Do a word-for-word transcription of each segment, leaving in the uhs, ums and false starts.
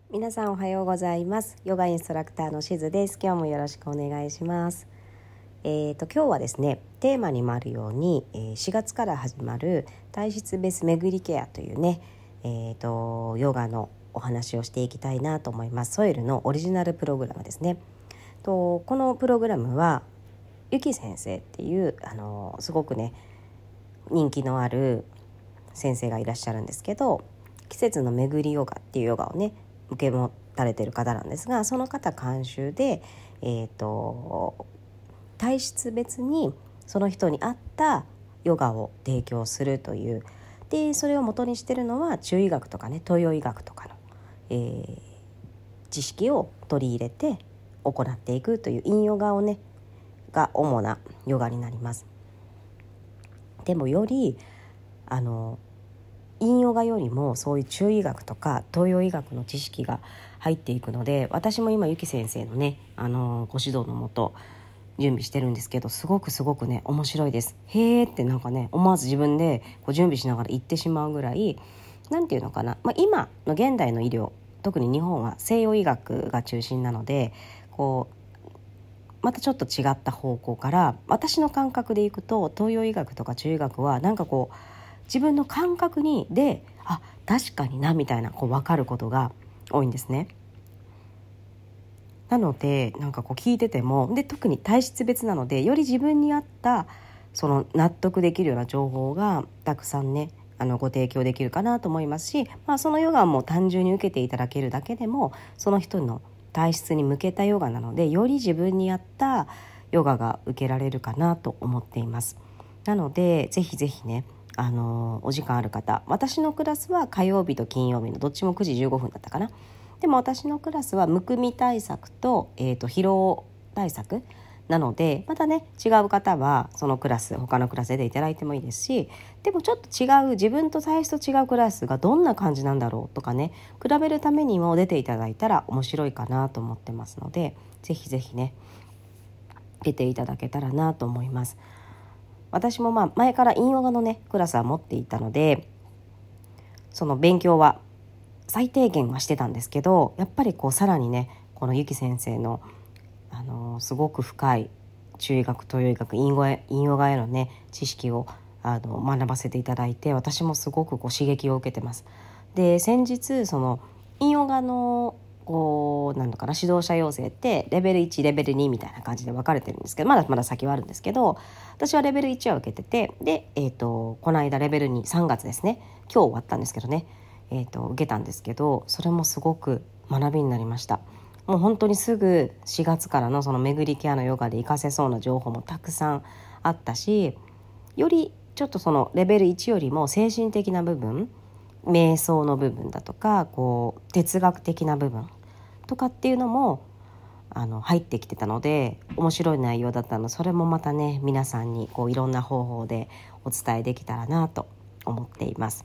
皆さんおはようございます。ヨガインストラクターのしずです。今日もよろしくお願いします。えーと今日はですね、テーマにもあるように、えー、しがつから始まる体質ベース巡りケアというね、えーとヨガのお話をしていきたいなと思います。ソエルのオリジナルプログラムですね。とこのプログラムはゆき先生っていうあのすごくね人気のある先生がいらっしゃるんですけど、季節の巡りヨガっていうヨガをね受け持たれている方なんですが、その方監修で、えーと、体質別にその人に合ったヨガを提供するというで、それを元にしているのは中医学とかね東洋医学とかの、えー、知識を取り入れて行っていくという陰ヨガをねが主なヨガになります。でもよりあの陰ヨガよりもそういう中医学とか東洋医学の知識が入っていくので、私も今ゆき先生のね、あのー、ご指導のもと準備してるんですけど、すごくすごくね面白いです。へーってなんかね思わず自分でこう準備しながら言ってしまうぐらい、なんていうのかな、まあ、今の現代の医療、特に日本は西洋医学が中心なので、こうまたちょっと違った方向から、私の感覚でいくと東洋医学とか中医学はなんかこう自分の感覚にであ確かになみたいなこう分かることが多いんですね。なのでなんかこう聞いててもで、特に体質別なのでより自分に合ったその納得できるような情報がたくさんねあのご提供できるかなと思いますし、まあ、そのヨガも単純に受けていただけるだけでもその人の体質に向けたヨガなので、より自分に合ったヨガが受けられるかなと思っています。なのでぜひぜひね、あのお時間ある方、私のクラスは火曜日と金曜日のどっちもくじじゅうごふんだったかな。でも私のクラスはむくみ対策と、えーと、疲労対策なので、またね違う方はそのクラス他のクラスでいただいてもいいですし、でもちょっと違う自分と体質と違うクラスがどんな感じなんだろうとかね、比べるためにも出ていただいたら面白いかなと思ってますので、ぜひぜひね出ていただけたらなと思います。私もまあ前から陰ヨガのねクラスは持っていたので、その勉強は最低限はしてたんですけど、やっぱりこうさらにねこのゆき先生の、あのー、すごく深い中医学東洋医学陰ヨガへのね知識をあの学ばせていただいて、私もすごくこう刺激を受けてます。で先日その陰ヨガのこうなんのかな指導者養成ってレベルいちレベルにみたいな感じで分かれてるんですけど、まだまだ先はあるんですけど、私はレベルいちは受けてて、で、えーと、この間レベルにさんがつですね、今日終わったんですけどね、えーと、受けたんですけど、それもすごく学びになりました。もう本当にすぐしがつからのその巡りケアのヨガで活かせそうな情報もたくさんあったし、よりちょっとそのレベルいちよりも精神的な部分、瞑想の部分だとかこう哲学的な部分とかっていうのもあの入ってきてたので面白い内容だったので、それもまたね皆さんにこういろんな方法でお伝えできたらなと思っています。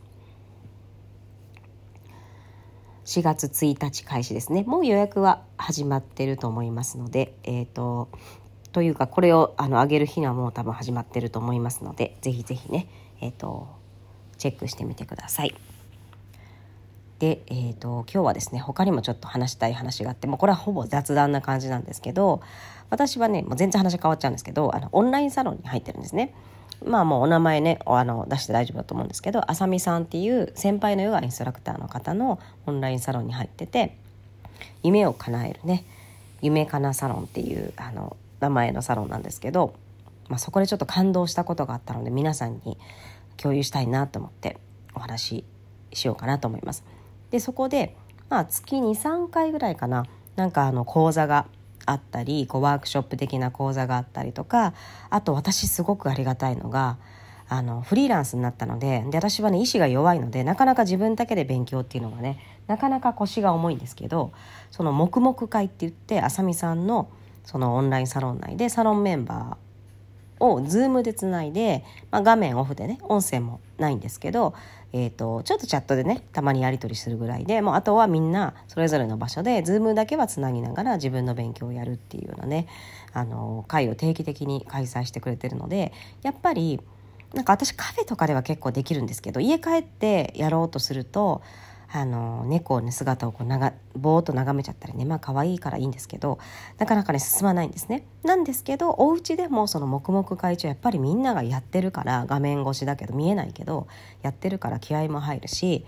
しがつついたち開始ですね。もう予約は始まってると思いますので、えーとというかこれをあの上げる日にはもう多分始まってると思いますので、ぜひぜひね、えーとチェックしてみてください。で、えーと、今日はですね他にもちょっと話したい話があって、もうこれはほぼ雑談な感じなんですけど、私はねもう全然話変わっちゃうんですけど、あのオンラインサロンに入ってるんですね。まあもうお名前ねあの出して大丈夫だと思うんですけど、あさみさんっていう先輩のヨガインストラクターの方のオンラインサロンに入ってて、夢を叶えるね夢かなサロンっていうあの名前のサロンなんですけど、まあ、そこでちょっと感動したことがあったので皆さんに共有したいなと思ってお話ししようかなと思います。でそこで、まあ、月にさんかいぐらいかな、なんかあの講座があったりこうワークショップ的な講座があったりとか、あと私すごくありがたいのがあのフリーランスになったの で, で私はね意志が弱いのでなかなか自分だけで勉強っていうのがねなかなか腰が重いんですけど、その黙々会って言ってあさみさんのそのオンラインサロン内でサロンメンバーをズームでつないで、まあ、画面オフでね音声もないんですけど、えーと、ちょっとチャットでねたまにやり取りするぐらいで、もうあとはみんなそれぞれの場所でズームだけはつなぎながら自分の勉強をやるっていうようなねあの会を定期的に開催してくれてるので、やっぱりなんか私カフェとかでは結構できるんですけど、家帰ってやろうとするとあの猫の姿をこうながぼーっと眺めちゃったりね、まあ可愛いからいいんですけど、なかなかね進まないんですね。なんですけどお家でもその黙々会長やっぱりみんながやってるから、画面越しだけど見えないけどやってるから気合も入るし、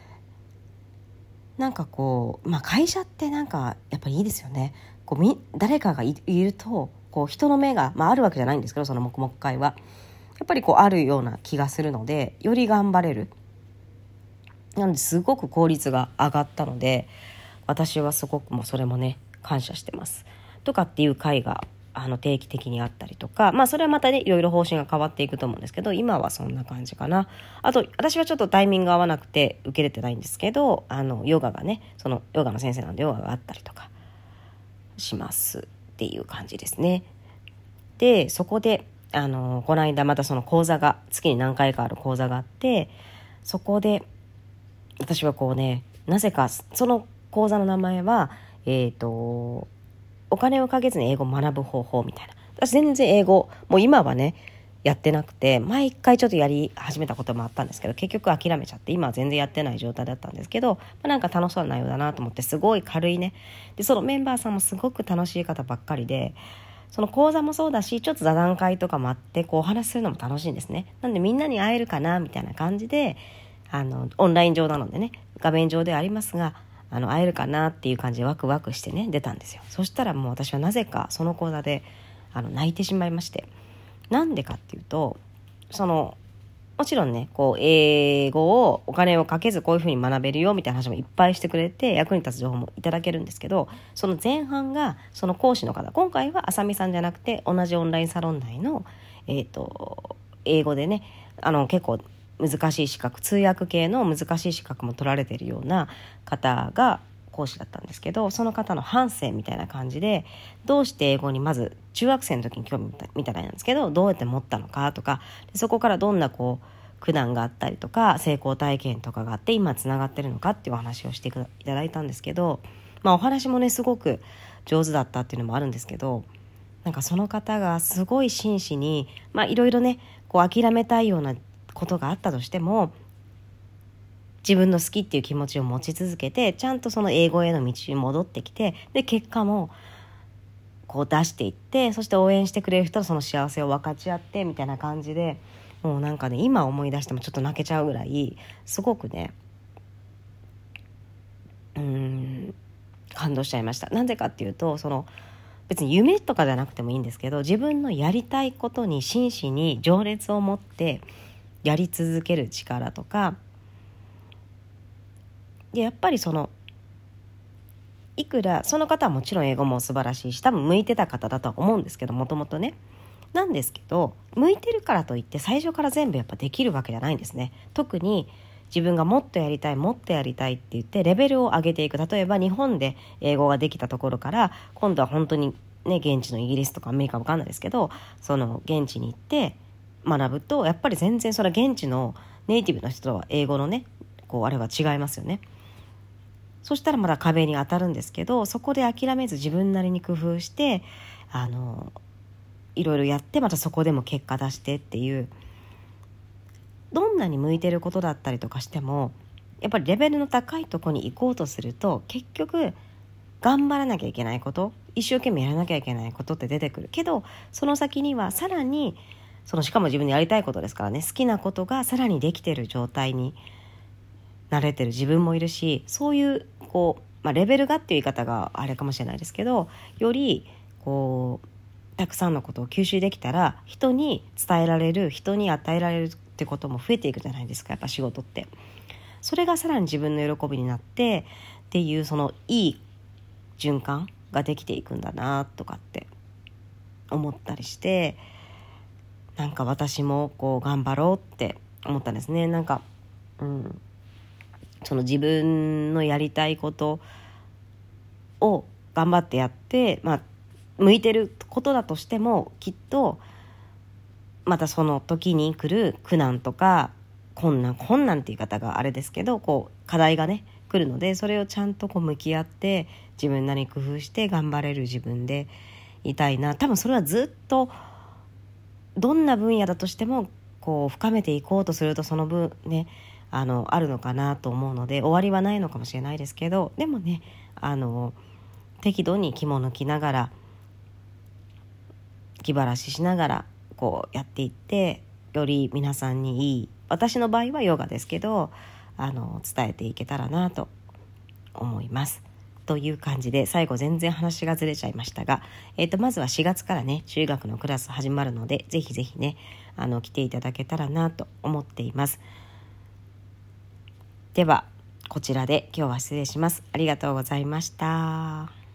なんかこう、まあ、会社ってなんかやっぱりいいですよね。こうみ誰かが い, いるとこう人の目が、まあ、あるわけじゃないんですけど、その黙々会はやっぱりこうあるような気がするので、より頑張れる。なのですごく効率が上がったので、私はすごくもうそれもね感謝してますとかっていう会があの定期的にあったりとか、まあそれはまたねいろいろ方針が変わっていくと思うんですけど、今はそんな感じかな。あと私はちょっとタイミング合わなくて受けれてないんですけど、あのヨガがね、そのヨガの先生なんでヨガがあったりとかしますっていう感じですね。でそこであのこの間またその講座が月に何回かある講座があって、そこで私はこうね、なぜかその講座の名前はえっとお金をかけずに英語を学ぶ方法みたいな。私全然英語もう今はねやってなくて、毎回ちょっとやり始めたこともあったんですけど、結局諦めちゃって今は全然やってない状態だったんですけど、まあ、なんか楽しそうな内容だなと思って、すごい軽いね。でそのメンバーさんもすごく楽しい方ばっかりで、その講座もそうだし、ちょっと座談会とかもあって、こうお話しするのも楽しいんですね。なんでみんなに会えるかなみたいな感じで、あのオンライン上なのでね、画面上ではありますが、あの会えるかなっていう感じでワクワクしてね出たんですよ。そしたらもう私はなぜかその講座であの泣いてしまいまして、なんでかっていうと、そのもちろんねこう英語をお金をかけずこういうふうに学べるよみたいな話もいっぱいしてくれて、役に立つ情報もいただけるんですけど、その前半がその講師の方、今回はあさみさんじゃなくて同じオンラインサロン内の、えーと、英語でね、あの結構難しい資格、通訳系の難しい資格も取られているような方が講師だったんですけど、その方の反省みたいな感じで、どうして英語にまず中学生の時に興味みたいなんですけど、どうやって持ったのかとか、そこからどんなこう苦難があったりとか成功体験とかがあって今つながってるのかっていうお話をしていただいたんですけど、まあお話もねすごく上手だったっていうのもあるんですけど、なんかその方がすごい真摯に、まあいろいろねこう諦めたいようなことがあったとしても、自分の好きっていう気持ちを持ち続けて、ちゃんとその英語への道に戻ってきて、で結果もこう出していって、そして応援してくれる人とその幸せを分かち合ってみたいな感じで、もうなんかね今思い出してもちょっと泣けちゃうぐらいすごくねうーん感動しちゃいました。なんでかっていうと、その別に夢とかじゃなくてもいいんですけど、自分のやりたいことに真摯に情熱を持ってやり続ける力とかで、やっぱりそのいくらその方はもちろん英語も素晴らしいし、多分向いてた方だとは思うんですけど、もともとねなんですけど、向いてるからといって最初から全部やっぱできるわけじゃないんですね。特に自分がもっとやりたいもっとやりたいって言ってレベルを上げていく。例えば日本で英語ができたところから今度は本当にね現地のイギリスとかアメリカわかんないですけど、その現地に行って学ぶとやっぱり全然それは現地のネイティブの人とは英語のねこうあれは違いますよね。そしたらまだ壁に当たるんですけど、そこで諦めず自分なりに工夫してあのいろいろやって、またそこでも結果出してっていう、どんなに向いてることだったりとかしてもやっぱりレベルの高いところに行こうとすると、結局頑張らなきゃいけないこと、一生懸命やらなきゃいけないことって出てくるけど、その先にはさらにそのしかも自分でやりたいことですからね、好きなことがさらにできてる状態に慣れてる自分もいるし、そういうこう、まあ、レベルがっていう言い方があれかもしれないですけど、よりこうたくさんのことを吸収できたら人に伝えられる、人に与えられるってことも増えていくじゃないですか、やっぱ仕事って。それがさらに自分の喜びになってっていう、そのいい循環ができていくんだなとかって思ったりして、なんか私もこう頑張ろうって思ったんですね。なんか、うん、その自分のやりたいことを頑張ってやって、まあ向いてることだとしても、きっとまたその時に来る苦難とか困難困難って言い方があれですけど、こう課題がね来るので、それをちゃんとこう向き合って自分なりに工夫して頑張れる自分でいたいな。多分それはずっとどんな分野だとしてもこう深めていこうとすると、その分ねあのあるのかなと思うので、終わりはないのかもしれないですけど、でもねあの適度に気も抜きながら気晴らししながらこうやっていって、より皆さんにいい、私の場合はヨガですけどあの伝えていけたらなと思います。という感じで最後全然話がずれちゃいましたが、えーと、まずはしがつからね中学のクラス始まるので、ぜひぜひねあの来ていただけたらなと思っています。ではこちらで今日は失礼します。ありがとうございました。